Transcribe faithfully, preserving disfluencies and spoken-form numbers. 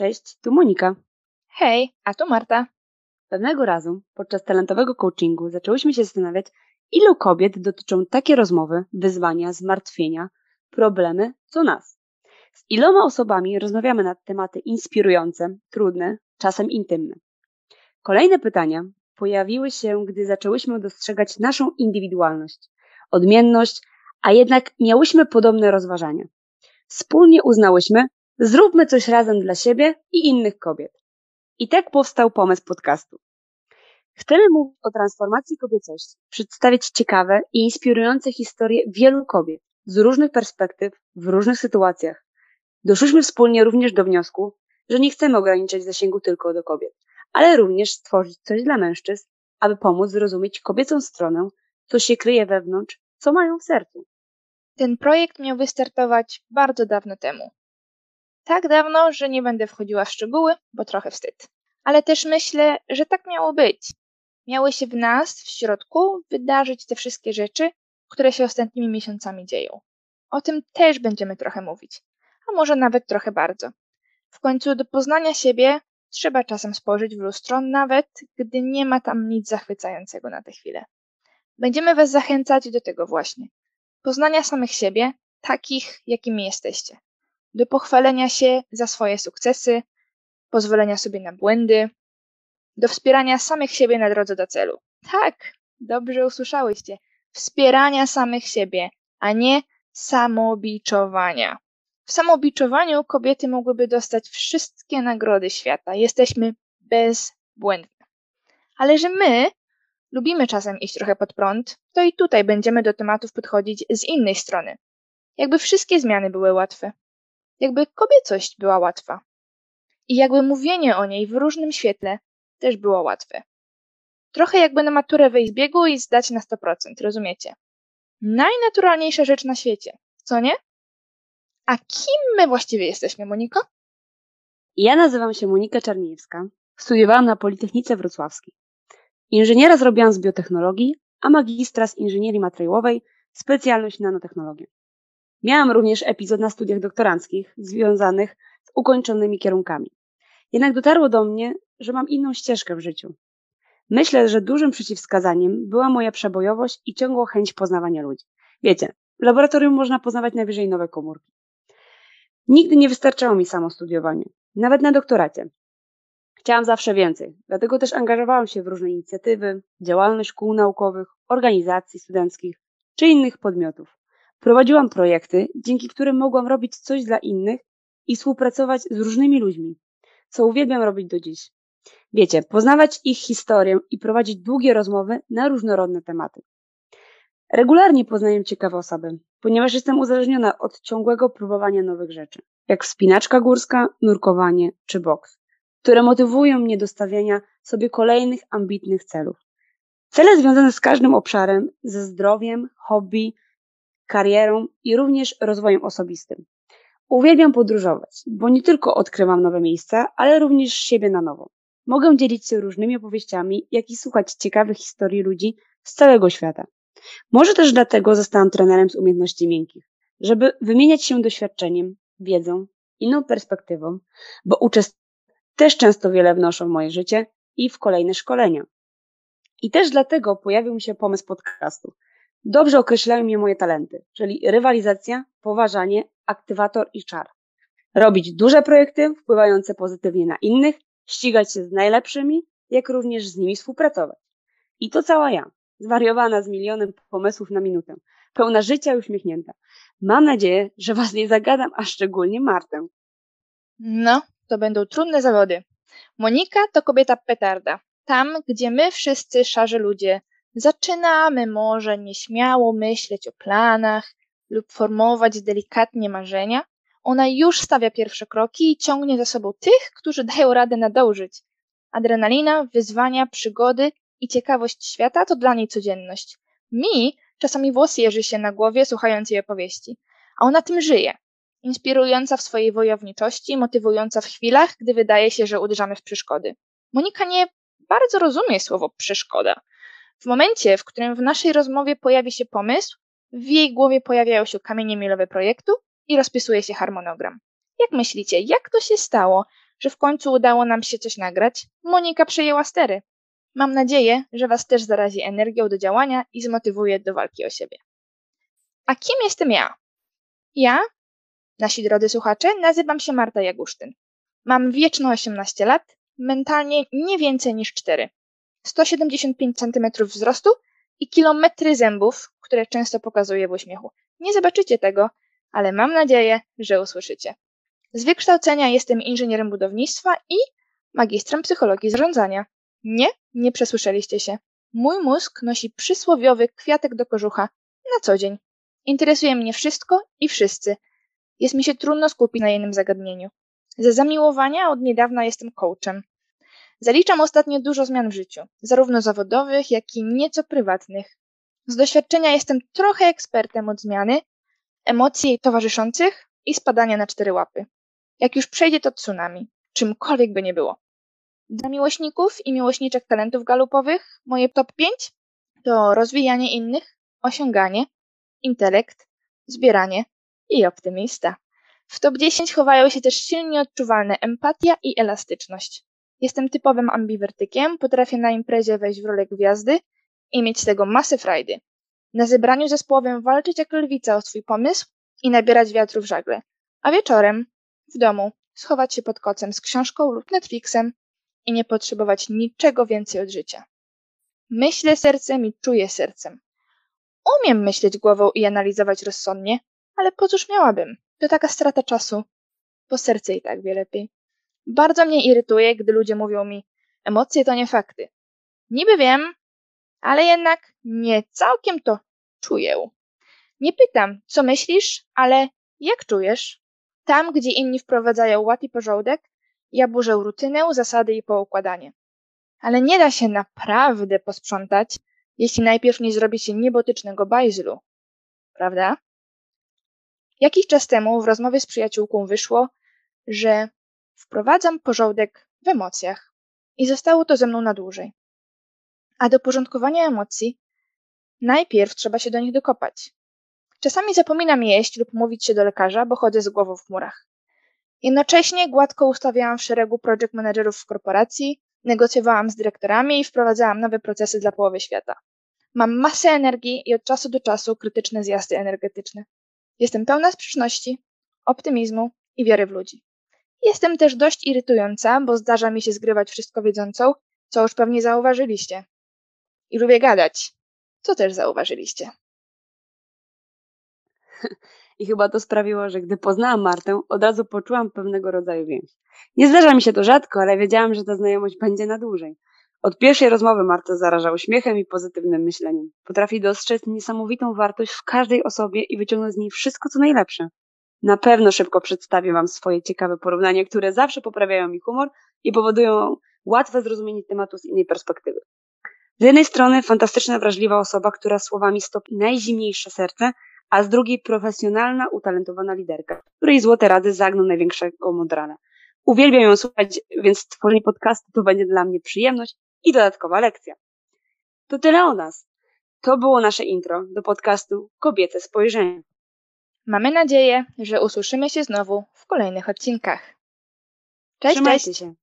Cześć, tu Monika. Hej, a tu Marta. Pewnego razu podczas talentowego coachingu zaczęłyśmy się zastanawiać, ilu kobiet dotyczą takie rozmowy, wyzwania, zmartwienia, problemy, co nas. Z iloma osobami rozmawiamy na tematy inspirujące, trudne, czasem intymne. Kolejne pytania pojawiły się, gdy zaczęłyśmy dostrzegać naszą indywidualność, odmienność, a jednak miałyśmy podobne rozważania. Wspólnie uznałyśmy, zróbmy coś razem dla siebie i innych kobiet. I tak powstał pomysł podcastu. Chcemy mówić o transformacji kobiecości, przedstawiać ciekawe i inspirujące historie wielu kobiet z różnych perspektyw, w różnych sytuacjach. Doszłyśmy wspólnie również do wniosku, że nie chcemy ograniczać zasięgu tylko do kobiet, ale również stworzyć coś dla mężczyzn, aby pomóc zrozumieć kobiecą stronę, co się kryje wewnątrz, co mają w sercu. Ten projekt miał wystartować bardzo dawno temu. Tak dawno, że nie będę wchodziła w szczegóły, bo trochę wstyd. Ale też myślę, że tak miało być. Miały się w nas, w środku, wydarzyć te wszystkie rzeczy, które się ostatnimi miesiącami dzieją. O tym też będziemy trochę mówić, a może nawet trochę bardzo. W końcu do poznania siebie trzeba czasem spojrzeć w lustro, nawet gdy nie ma tam nic zachwycającego na tę chwilę. Będziemy Was zachęcać do tego właśnie. Poznania samych siebie, takich, jakimi jesteście. Do pochwalenia się za swoje sukcesy, pozwolenia sobie na błędy, do wspierania samych siebie na drodze do celu. Tak, dobrze usłyszałyście. Wspierania samych siebie, a nie samobiczowania. W samobiczowaniu kobiety mogłyby dostać wszystkie nagrody świata. Jesteśmy bezbłędne. Ale że my lubimy czasem iść trochę pod prąd, to i tutaj będziemy do tematów podchodzić z innej strony. Jakby wszystkie zmiany były łatwe. Jakby kobiecość była łatwa. I jakby mówienie o niej w różnym świetle też było łatwe. Trochę jakby na maturę wyjść z biegu i zdać na sto procent, rozumiecie? Najnaturalniejsza rzecz na świecie, co nie? A kim my właściwie jesteśmy, Moniko? Ja nazywam się Monika Czarniejewska. Studiowałam na Politechnice Wrocławskiej. Inżyniera zrobiłam z biotechnologii, a magistra z inżynierii materiałowej, specjalność nanotechnologia. Miałam również epizod na studiach doktoranckich związanych z ukończonymi kierunkami. Jednak dotarło do mnie, że mam inną ścieżkę w życiu. Myślę, że dużym przeciwwskazaniem była moja przebojowość i ciągła chęć poznawania ludzi. Wiecie, w laboratorium można poznawać najwyżej nowe komórki. Nigdy nie wystarczało mi samo studiowanie, nawet na doktoracie. Chciałam zawsze więcej, dlatego też angażowałam się w różne inicjatywy, działalność kół naukowych, organizacji studenckich czy innych podmiotów. Prowadziłam projekty, dzięki którym mogłam robić coś dla innych i współpracować z różnymi ludźmi, co uwielbiam robić do dziś. Wiecie, poznawać ich historię i prowadzić długie rozmowy na różnorodne tematy. Regularnie poznaję ciekawe osoby, ponieważ jestem uzależniona od ciągłego próbowania nowych rzeczy, jak wspinaczka górska, nurkowanie czy boks, które motywują mnie do stawiania sobie kolejnych ambitnych celów. Cele związane z każdym obszarem, ze zdrowiem, hobby, karierą i również rozwojem osobistym. Uwielbiam podróżować, bo nie tylko odkrywam nowe miejsca, ale również siebie na nowo. Mogę dzielić się różnymi opowieściami, jak i słuchać ciekawych historii ludzi z całego świata. Może też dlatego zostałam trenerem z umiejętności miękkich, żeby wymieniać się doświadczeniem, wiedzą, inną perspektywą, bo uczestnicy też często wiele wnoszą w moje życie i w kolejne szkolenia. I też dlatego pojawił mi się pomysł podcastu. Dobrze określają mnie moje talenty, czyli rywalizacja, poważanie, aktywator i czar. Robić duże projekty wpływające pozytywnie na innych, ścigać się z najlepszymi, jak również z nimi współpracować. I to cała ja, zwariowana z milionem pomysłów na minutę, pełna życia i uśmiechnięta. Mam nadzieję, że Was nie zagadam, a szczególnie Martę. No, to będą trudne zawody. Monika to kobieta petarda. Tam, gdzie my wszyscy szarzy ludzie zaczynamy może nieśmiało myśleć o planach lub formować delikatnie marzenia, ona już stawia pierwsze kroki i ciągnie za sobą tych, którzy dają radę nadążyć. Adrenalina, wyzwania, przygody i ciekawość świata to dla niej codzienność. Mi czasami włos jeży się na głowie, słuchając jej opowieści, a ona tym żyje. Inspirująca w swojej wojowniczości, motywująca w chwilach, gdy wydaje się, że uderzamy w przeszkody. Monika nie bardzo rozumie słowo przeszkoda. W momencie, w którym w naszej rozmowie pojawi się pomysł, w jej głowie pojawiają się kamienie milowe projektu i rozpisuje się harmonogram. Jak myślicie, jak to się stało, że w końcu udało nam się coś nagrać. Monika przejęła stery. Mam nadzieję, że Was też zarazi energią do działania i zmotywuje do walki o siebie. A kim jestem ja? Ja, nasi drodzy słuchacze, nazywam się Marta Jagusztyn. Mam wieczne osiemnaście lat, mentalnie nie więcej niż cztery. sto siedemdziesiąt pięć centymetrów wzrostu i kilometry zębów, które często pokazuję w uśmiechu. Nie zobaczycie tego, ale mam nadzieję, że usłyszycie. Z wykształcenia jestem inżynierem budownictwa i magistrem psychologii zarządzania. Nie, nie przesłyszeliście się. Mój mózg nosi przysłowiowy kwiatek do kożucha na co dzień. Interesuje mnie wszystko i wszyscy. Jest mi się trudno skupić na jednym zagadnieniu. Ze zamiłowania od niedawna jestem coachem. Zaliczam ostatnio dużo zmian w życiu, zarówno zawodowych, jak i nieco prywatnych. Z doświadczenia jestem trochę ekspertem od zmiany, emocji jej towarzyszących i spadania na cztery łapy. Jak już przejdzie to tsunami, czymkolwiek by nie było. Dla miłośników i miłośniczek talentów galupowych moje top pięć to rozwijanie innych, osiąganie, intelekt, zbieranie i optymista. W top dziesięć chowają się też silnie odczuwalne empatia i elastyczność. Jestem typowym ambiwertykiem, potrafię na imprezie wejść w rolę gwiazdy i mieć z tego masę frajdy. Na zebraniu zespołowym walczyć jak lwica o swój pomysł i nabierać wiatru w żagle. A wieczorem, w domu, schować się pod kocem z książką lub Netflixem i nie potrzebować niczego więcej od życia. Myślę sercem i czuję sercem. Umiem myśleć głową i analizować rozsądnie, ale po cóż miałabym? To taka strata czasu, bo serce i tak wie lepiej. Bardzo mnie irytuje, gdy ludzie mówią mi, emocje to nie fakty. Niby wiem, ale jednak nie całkiem to czuję. Nie pytam, co myślisz, ale jak czujesz? Tam, gdzie inni wprowadzają ład i porządek, ja burzę rutynę, zasady i poukładanie. Ale nie da się naprawdę posprzątać, jeśli najpierw nie zrobi się niebotycznego bajzlu. Prawda? Jakiś czas temu w rozmowie z przyjaciółką wyszło, że wprowadzam porządek w emocjach i zostało to ze mną na dłużej. A do porządkowania emocji najpierw trzeba się do nich dokopać. Czasami zapominam jeść lub mówić się do lekarza, bo chodzę z głową w chmurach. Jednocześnie gładko ustawiałam w szeregu project managerów w korporacji, negocjowałam z dyrektorami i wprowadzałam nowe procesy dla połowy świata. Mam masę energii i od czasu do czasu krytyczne zjazdy energetyczne. Jestem pełna sprzeczności, optymizmu i wiary w ludzi. Jestem też dość irytująca, bo zdarza mi się zgrywać wszystko wiedzącą, co już pewnie zauważyliście. I lubię gadać, co też zauważyliście. I chyba to sprawiło, że gdy poznałam Martę, od razu poczułam pewnego rodzaju więź. Nie zdarza mi się to rzadko, ale wiedziałam, że ta znajomość będzie na dłużej. Od pierwszej rozmowy Marta zaraża uśmiechem i pozytywnym myśleniem. Potrafi dostrzec niesamowitą wartość w każdej osobie i wyciągnąć z niej wszystko, co najlepsze. Na pewno szybko przedstawię Wam swoje ciekawe porównania, które zawsze poprawiają mi humor i powodują łatwe zrozumienie tematu z innej perspektywy. Z jednej strony fantastyczna, wrażliwa osoba, która słowami stopi najzimniejsze serce, a z drugiej profesjonalna, utalentowana liderka, której złote rady zagną największego modrala. Uwielbiam ją słuchać, więc stworzenie podcastu to będzie dla mnie przyjemność i dodatkowa lekcja. To tyle o nas. To było nasze intro do podcastu Kobiece Spojrzenie. Mamy nadzieję, że usłyszymy się znowu w kolejnych odcinkach. Cześć, Trzymajcie cześć! się.